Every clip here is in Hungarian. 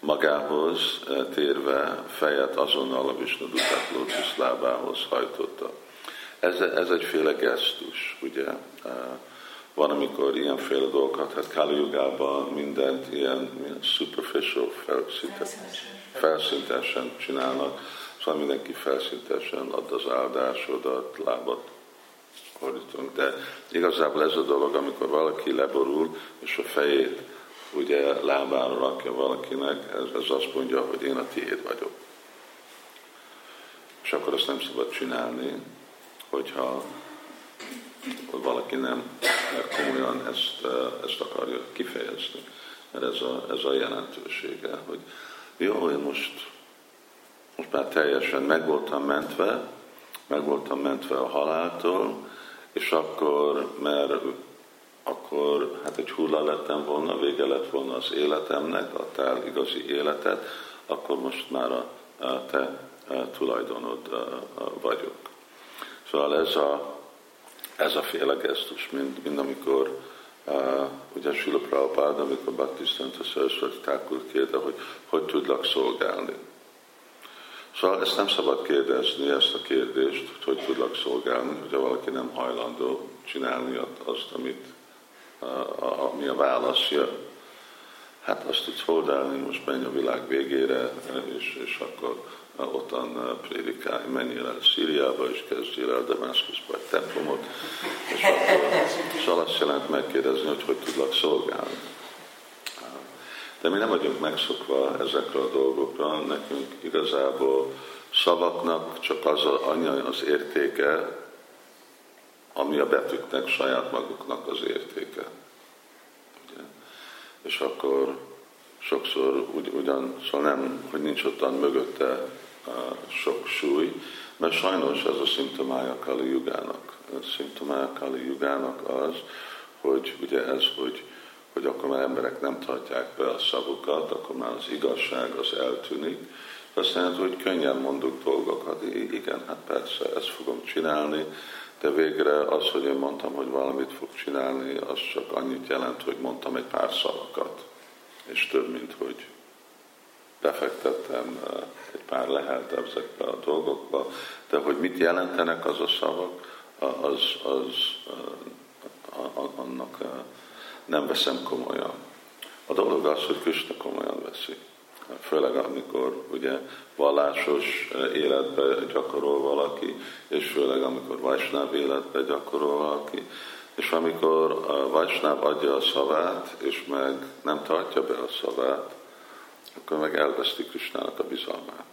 magához térve fejet azonnal a Visnudutat lótuszlábához hajtotta. Ez egyféle gesztus, ugye? Van, amikor ilyenféle dolgokat, hát Kali Jugában mindent ilyen superficial, felszintesen csinálnak, szóval mindenki felszintesen ad az áldásodat, lábat fordítunk, de igazából ez a dolog, amikor valaki leborul, és a fejét ugye lábára rakja valakinek, ez azt mondja, hogy én a tiéd vagyok. És akkor azt nem szabad csinálni, hogyha valaki nem komolyan ezt akarja kifejezni. Mert ez a jelentősége, hogy jó, én most már teljesen meg voltam mentve a haláltól, és akkor, mert akkor hát egy hulla lettem volna, vége lett volna az életemnek, adtál igazi életet, akkor most már a te tulajdonod vagyok. Szóval ez a féle gesztus, mint amikor ugye Srila Prabhupáda, amikor Bhaktisiddhanta Saraswati Thakur kérde, hogy tudlak szolgálni. Szóval ezt nem szabad kérdezni, ezt a kérdést, hogy tudlak szolgálni, hogyha valaki nem hajlandó csinálni azt, ami a válaszja. Hát azt tudsz holdálni, most menj a világ végére, és akkor ottan prédikálj, menjél el Szíriába, és kezdjél el Damaszkuszba egy templomot, és akkor szóval azt jelent megkérdezni, hogy tudlak szolgálni. De mi nem vagyunk megszokva ezekre a dolgokra, nekünk igazából szavaknak csak annyi az értéke, ami a betűknek, saját maguknak az értéke. Ugye? És akkor sokszor szóval nem, hogy nincs ottan mögötte sok súly, mert sajnos ez a szimptomája Kali Jugának. A szimptomája Kali Jugának az, hogy ugye ez, hogy akkor már emberek nem tartják be a szavukat, akkor már az igazság az eltűnik. Azt jelenti, hogy könnyen mondunk dolgokat. Igen, hát persze, ezt fogom csinálni, de végre az, hogy én mondtam, hogy valamit fog csinálni, az csak annyit jelent, hogy mondtam egy pár szavakat, és több, mint hogy befektettem egy pár lehelt ezekbe a dolgokba, de hogy mit jelentenek az a szavak, annak nem veszem komolyan. A dolog az, hogy Krishna komolyan veszi. Főleg amikor ugye vallásos életbe gyakorol valaki, és főleg amikor Vajsnáv életbe gyakorol valaki, és amikor a Vajsnáv adja a szavát, és meg nem tartja be a szavát, akkor meg elveszti Krishnának a bizalmát.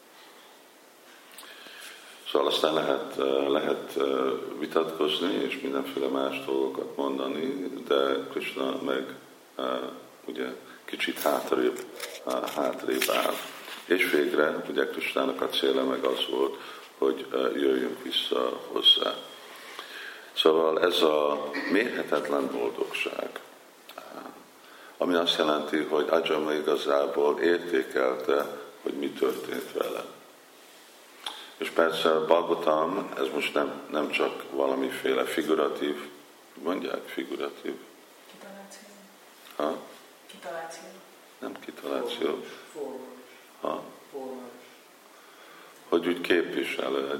Szóval aztán lehet vitatkozni, és mindenféle más dolgokat mondani, de Krishna meg ugye kicsit hátrébb áll. És végre ugye Krishnának a célja meg az volt, hogy jöjjünk vissza hozzá. Szóval ez a mérhetetlen boldogság, ami azt jelenti, hogy Ajama igazából értékelte, hogy mi történt vele. És persze Bhagavatam, ez most nem csak valamiféle figuratív, mondják figuratív? Kitaláció. Ha? Kitaláció. Nem kitaláció. Formás. Hogy úgy képvisel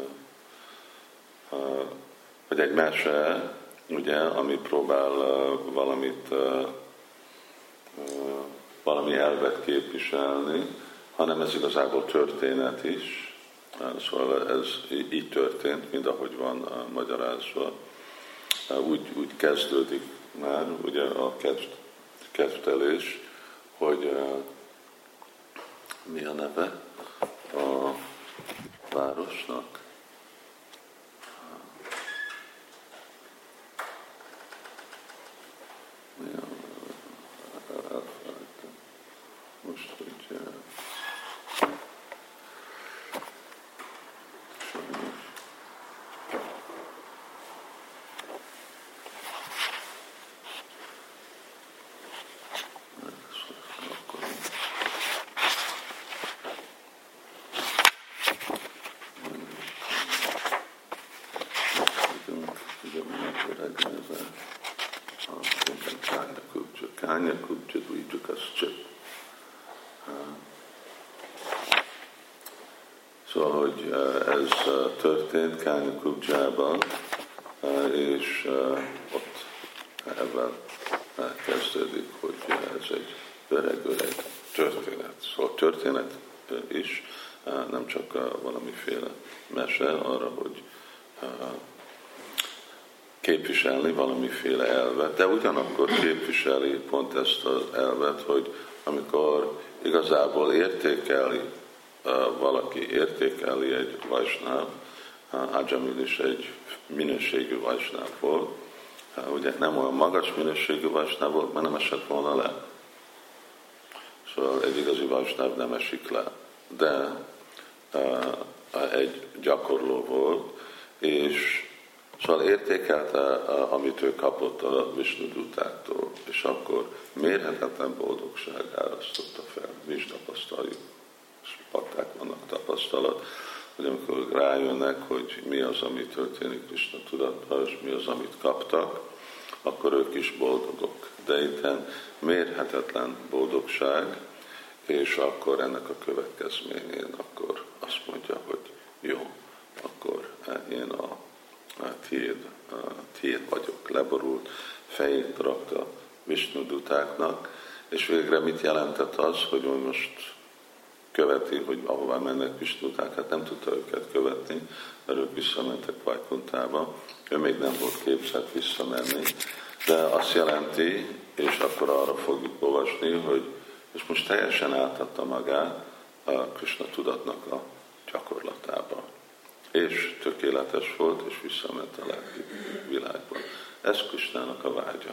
vagy egy mese, ugye, ami próbál valami elvet képviselni, hanem ez igazából történet is. Szóval ez így történt, mint ahogy van magyarázva. Úgy kezdődik már ugye a kezdelés, hogy mi a neve a városnak. Most, hogy Szóval, hogy ez történt Kányakubjában, és ott ebben kezdődik, hogy ez egy öreg történet. Szóval történet is, nem csak valamiféle mese arra, hogy képviselni valamiféle elvet, de ugyanakkor képviseli pont ezt az elvet, hogy amikor igazából valaki értékeli egy vajsnáv, Ajamil is egy minőségű vajsnáv volt, ugye nem olyan magas minőségű vajsnáv volt, mert nem esett volna le. Szóval egy igazi vajsnáv nem esik le, de egy gyakorló volt, és szóval értékelte, amit ő kapott a Visnudutáktól, és akkor mérhetetlen boldogság árasztotta fel. Mi is tapasztaljuk, és pakták vannak tapasztalat, hogy amikor rájönnek, hogy mi az, ami történik Krisna tudatban, és mi az, amit kaptak, akkor ők is boldogok. De itten mérhetetlen boldogság, és akkor ennek a következményén akkor azt mondja, hogy jó, akkor én a tiéd vagyok, leborult, fejét rakta Visnudutáknak, és végre mit jelentett az, hogy most követi, hogy ahová mennek Visnuduták, hát nem tudta őket követni, mert ők visszamentek Vajkuntába, ő még nem volt képzett visszamenni, de azt jelenti, és akkor arra fogjuk olvasni, hogy és most teljesen átadta magát a Krisna tudatnak a gyakorlatába. És tökéletes volt, és visszament a lelki világba. Ez Krisnának a vágya.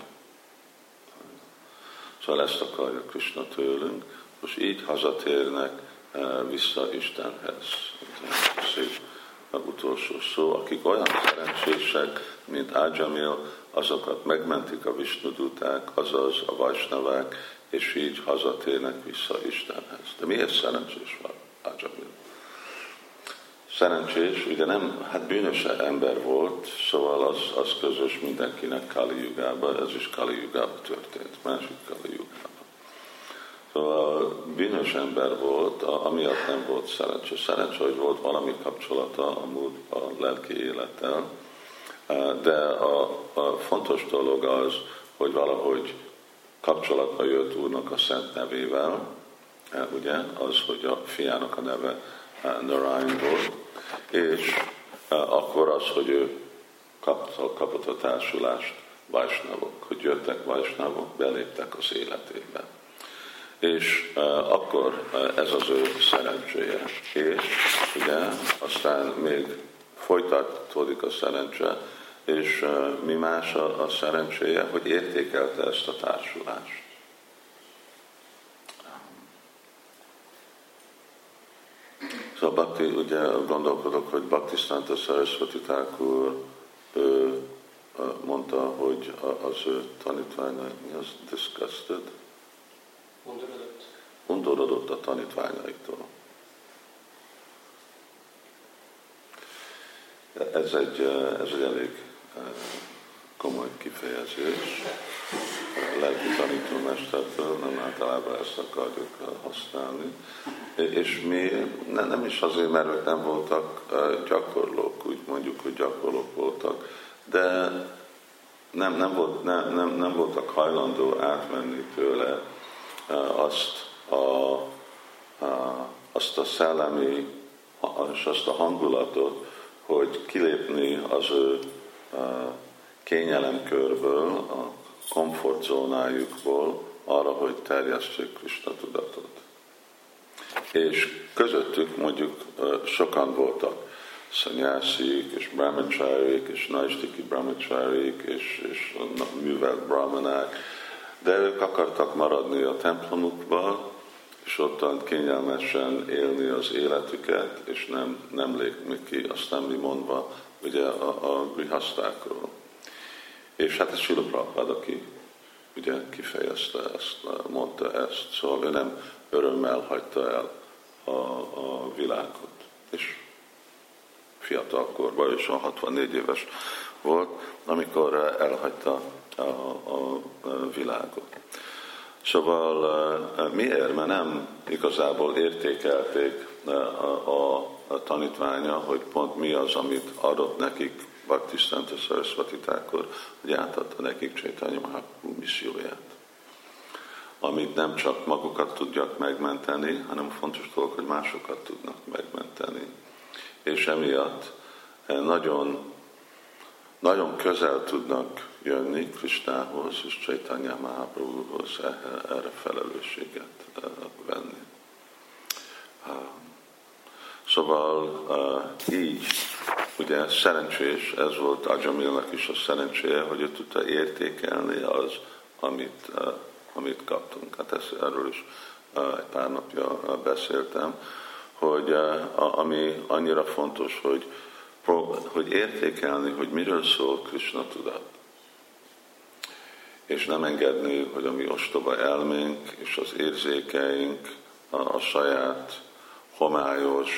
Szóval ezt akarja Krisna tőlünk, most így hazatérnek vissza Istenhez. Szép az utolsó szó. Akik olyan szerencsések, mint Ajamil, azokat megmentik a Visnuduták, azaz a vajsnavák, és így hazatérnek vissza Istenhez. De miért szerencsés van Ajamil? Szerencsés, ugye nem, hát bűnös ember volt, szóval az közös mindenkinek Kali Jugában, ez is Kali Jugában történt, másik Kali Jugában. Szóval bűnös ember volt, amiatt nem volt szerencsés. Szerencsé, hogy volt valami kapcsolata a lelki élettel, de a fontos dolog az, hogy valahogy kapcsolatba jött Úrnak a szent nevével, ugye, az, hogy a fiának a neve Narayan volt, és akkor az, hogy ő kapott a társulást vajsnavok, hogy jöttek vajsnavok, beléptek az életébe. És akkor ez az ő szerencséje. És ugye aztán még folytatódik a szerencse, és mi más a szerencséje, hogy értékelte ezt a társulást. Szóval Bhakti, ugye gondolkodok, hogy Bhaktisiddhanta Saraswati Thakur, ő mondta, hogy az ő tanítványai, mi az? Disgusted? Undorodott a tanítványaitól. Ez egy elég komoly kifejezés. A lelki tanítómestertől nem általában ezt akarjuk használni. És mi nem is azért, mert ők nem voltak gyakorlók, úgy mondjuk, hogy gyakorlók voltak, de nem voltak hajlandó átmenni tőle azt a szellemi és azt a hangulatot, hogy kilépni az ő kényelemkörből, a komfortzónájukból arra, hogy terjesszék Krisna tudatot. És közöttük mondjuk sokan voltak szanyászik, és brahmacharik, és naistiki brahmacharik, és művelt brahmanák, de ők akartak maradni a templomukban, és ottan kényelmesen élni az életüket, és nem lépni ki, aztán mi mondva ugye a grihasztákról. És hát ez Srila Prabhupád, aki ugye kifejezte ezt, mondta ezt, szóval ő nem örömmel hagyta el a világot. És fiatalkorban, és a 64 éves volt, amikor elhagyta a világot. Szóval miért? Mert nem igazából értékelték a tanítványa, hogy pont mi az, amit adott nekik Bhaktisiddhanta Saraswati Thakur, hogy átadta nekik Chaitanya Mahaprabhu misszióját. Amit nem csak magukat tudják megmenteni, hanem fontos dolog, hogy másokat tudnak megmenteni. És emiatt nagyon, nagyon közel tudnak jönni Krisnához és Chaitanya Mahaprabhuhoz, erre felelősséget venni. Szóval így, ugye szerencsés, ez volt Ajamilnak is a szerencséje, hogy ő tudta értékelni az, amit kaptunk. Hát erről is egy pár napja beszéltem, hogy ami annyira fontos, hogy értékelni, hogy miről szól Krishna tudat. És nem engedni, hogy a mi ostoba elménk és az érzékeink a saját homályos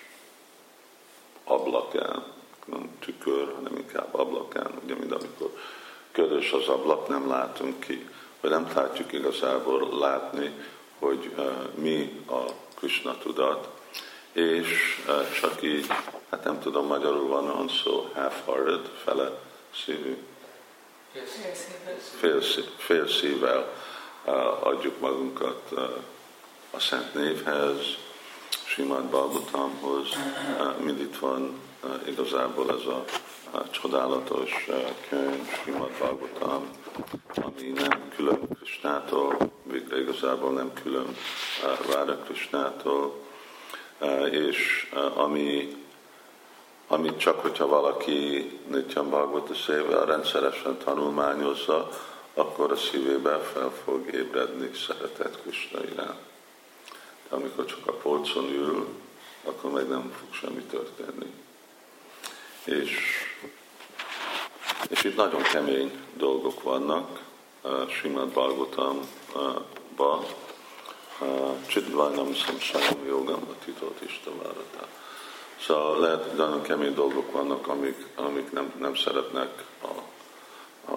ablakán, nem tükör, hanem inkább ablakán, ugye, mint amikor ködös az ablak, nem látunk ki, vagy nem látjuk igazából látni, hogy mi a Krishna tudat, és csak így, hát nem tudom, magyarul van olyan szó, half-hearted, fele szívű, fél szívvel adjuk magunkat a Szent Névhez, Srimad Bhagavatamhoz, mind itt van igazából ez a csodálatos könyv, Srimad Bhagavatam, ami nem külön Krishnától, végre igazából nem külön Radha Krishnától, és amit csak, hogyha valaki Nityan Bhagavata Séva rendszeresen tanulmányozza, akkor a szívébe fel fog ébredni szeretet Krishna iránt. De amikor csak a polcon ül, akkor meg nem fog semmi történni. És itt nagyon kemény dolgok vannak Srimad Bhagavatamban, Csidvajnam Samsayam Yogam a titolt Istavárata. Szóval lehet, hogy nagyon kemény dolgok vannak, amik nem szeretnek a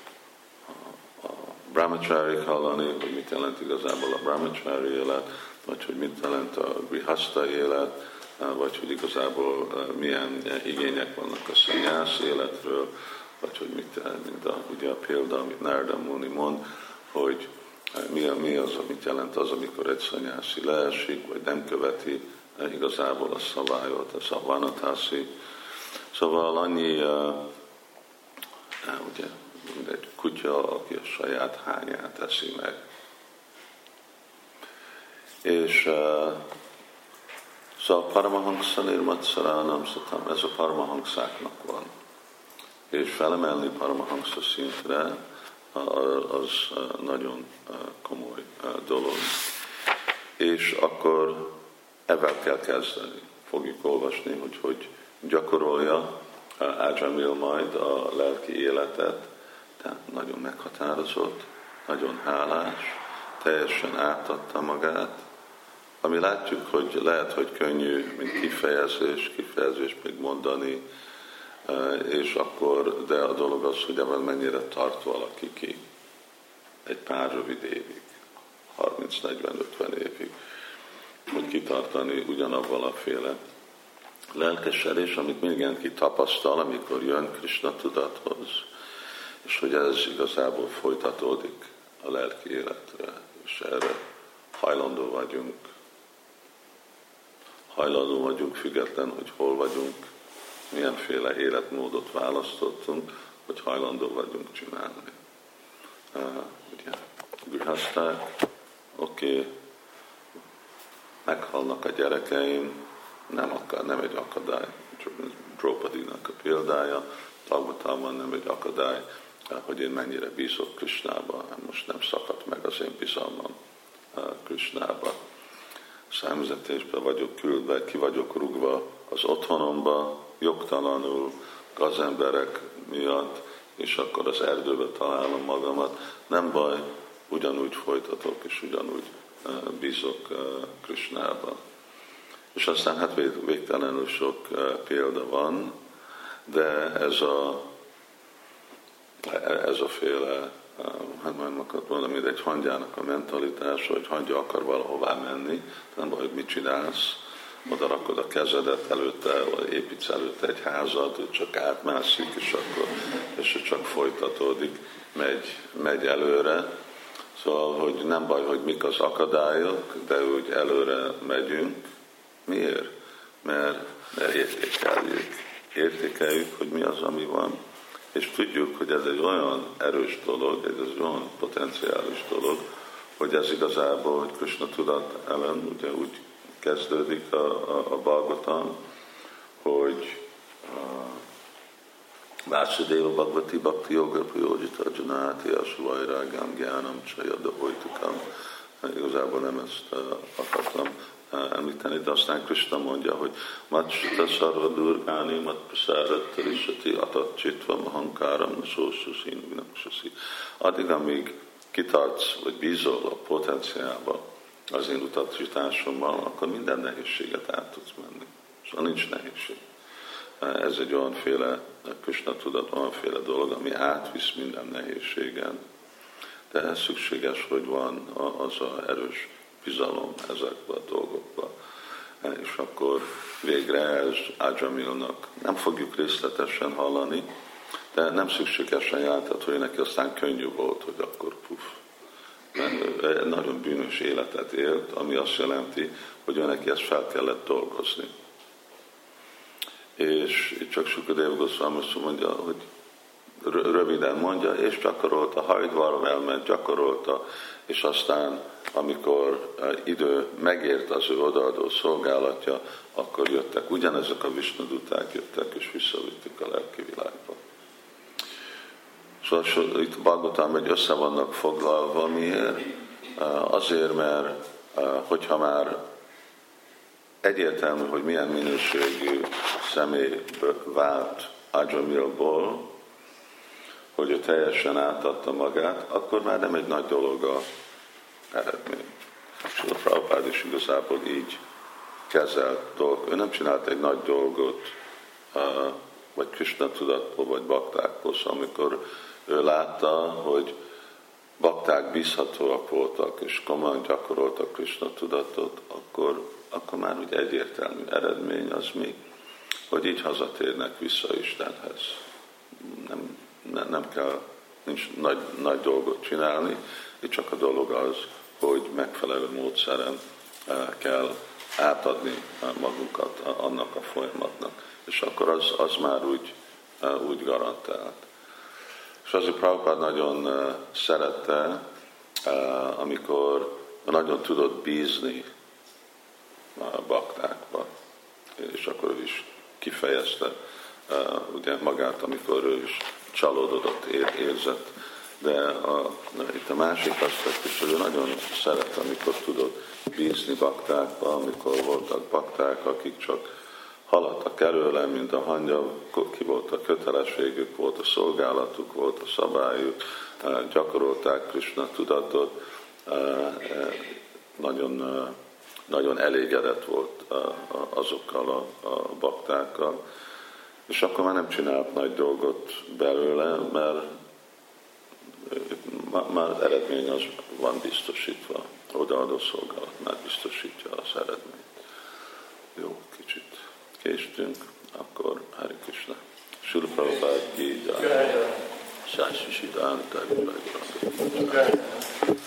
brahmachari hallani, hogy mit jelent igazából a brahmachari élet, vagy hogy mit jelent a grihasta élet, vagy hogy igazából milyen igények vannak a szennyász életről, vagy hogy mint ugye a példa, amit Narada Muni mond, hogy mi az, amit jelent az, amikor egy szennyászi leesik, vagy nem követi igazából a szabályot, a szabvánatászi. Szóval annyi, ugye, mint egy kutya, aki a saját hányát eszi meg. És szóval Paramahansa Nirmatsaranam Satam, ez a Paramahansáknak van. És felemelni Paramahansa szintre, az nagyon komoly dolog. És akkor ezzel kell kezdeni. Fogjuk olvasni, hogy gyakorolja Ajamil majd a lelki életet, tehát nagyon meghatározott, nagyon hálás, teljesen átadta magát, ami látjuk, hogy lehet, hogy könnyű, mint kifejezés még mondani, és akkor, de a dolog az, hogy ebben mennyire tart valaki ki egy pár rövid évig, 30-40-50 évig, hogy kitartani ugyanabban a féle lelkesedés, amit mindenki tapasztal, amikor jön Krishna tudathoz, és hogy ez igazából folytatódik a lelki életre, és erre hajlandó vagyunk független, hogy hol vagyunk, milyenféle életmódot választottunk, hogy hajlandó vagyunk csinálni. Ugye, grihaszták, oké, meghalnak a gyerekeim, nem egy akadály, csak Draupadinak a példája, Bhagavatamban nem egy akadály, hogy én mennyire bízok Krishnába, most nem szakadt meg az én bizalmam Krishnába. Számüzetésbe vagyok küldve, ki vagyok rúgva az otthonomba, jogtalanul, gazemberek miatt, és akkor az erdőbe találom magamat. Nem baj, ugyanúgy folytatok, és ugyanúgy bízok Krishnába. És aztán hát végtelenül sok példa van, de ez a féle, hát majd mondom, mint egy hangyának a mentalitása, hogy hangya akar valahová menni, nem baj, hogy mit csinálsz, oda rakod a kezedet előtte, vagy építsz előtte egy házat, ő csak átmászik, és ő csak folytatódik, megy előre. Szóval, hogy nem baj, hogy mik az akadályok, de úgy előre megyünk. Miért? Mert értékeljük, hogy mi az, ami van. És tudjuk, hogy ez egy olyan erős dolog, ez egy olyan potenciális dolog, hogy ez igazából, hogy Krishna tudat ellen, ugye úgy kezdődik a Bhagavatam, hogy Vásudeva Bhagavati Bhakti Yoga Prayojita Janati Asvajrágám Gyánam Csajada Hojtukam. Igazából nem ezt akartam említeni, de aztán Krishna mondja, hogy Matsita Sarva Durgáni Matprasárat Tarisati Atat Csitva Mahankáram Nasósusin Vinaksasi. Addig, amíg kitartsz, vagy bízol a potenciálba az én utasításommal, akkor minden nehézséget át tudsz menni. Szóval nincs nehézség. Ez egy olyanféle Krishna tudat, olyanféle dolog, ami átvisz minden nehézségen. De ez szükséges, hogy van az a erős bizalom ezekbe a dolgokba. És akkor végre ez Ajamilnak nem fogjuk részletesen hallani, de nem szükségesen jelentett, hogy neki aztán könnyű volt, hogy akkor mert nagyon bűnös életet élt, ami azt jelenti, hogy ő neki ezt fel kellett dolgozni. És csak Sukadeva Goswami mondja, hogy röviden mondja, és gyakorolta, Haridvarra elment, gyakorolta, és aztán, amikor idő megért az ő odaadó szolgálatja, akkor jöttek, ugyanezek a Visnaduták jöttek, és visszavitték a lelki világba. Szóval itt Bhagavatam, hogy össze vannak foglalva, miért? Azért, mert hogyha már egyértelmű, hogy milyen minőségű személy vált Ajamilból, hogy ő teljesen átadta magát, akkor már nem egy nagy dolog a eredmény. És a Prabhupád is igazából így kezelt dolgok. Ő nem csinált egy nagy dolgot, vagy Krishna tudatból, vagy baktákból, amikor ő látta, hogy bakták bízhatóak voltak, és komolyan gyakoroltak Krishna tudatot, akkor már úgy egyértelmű eredmény az mi, hogy így hazatérnek vissza Istenhez. Nem kell, nincs nagy dolgot csinálni, itt csak a dolog az, hogy megfelelő módszeren kell átadni magunkat annak a folyamatnak. És akkor az már úgy garantált. És azért Prabhupád nagyon szerette, amikor nagyon tudott bízni a baktákba, és akkor ő is kifejezte ugye magát, amikor ő is csalódott érzett. De itt a másik aspektus, hogy ő nagyon szerette, amikor tudott bízni baktákba, amikor voltak bakták, akik csak haladtak előle, mint a hangya, ki volt a kötelességük, volt a szolgálatuk, volt a szabályuk, gyakorolták Krishna tudatot, nagyon elégedett volt azokkal a baktákkal, és akkor már nem csinált nagy dolgot belőle, mert már az eredmény az van biztosítva, odaadó szolgálat már biztosítja az eredményt. Jó, kicsit késtünk, akkor Hare Krishna. Srila Prabhupád ki jai. Sási Siddhanta.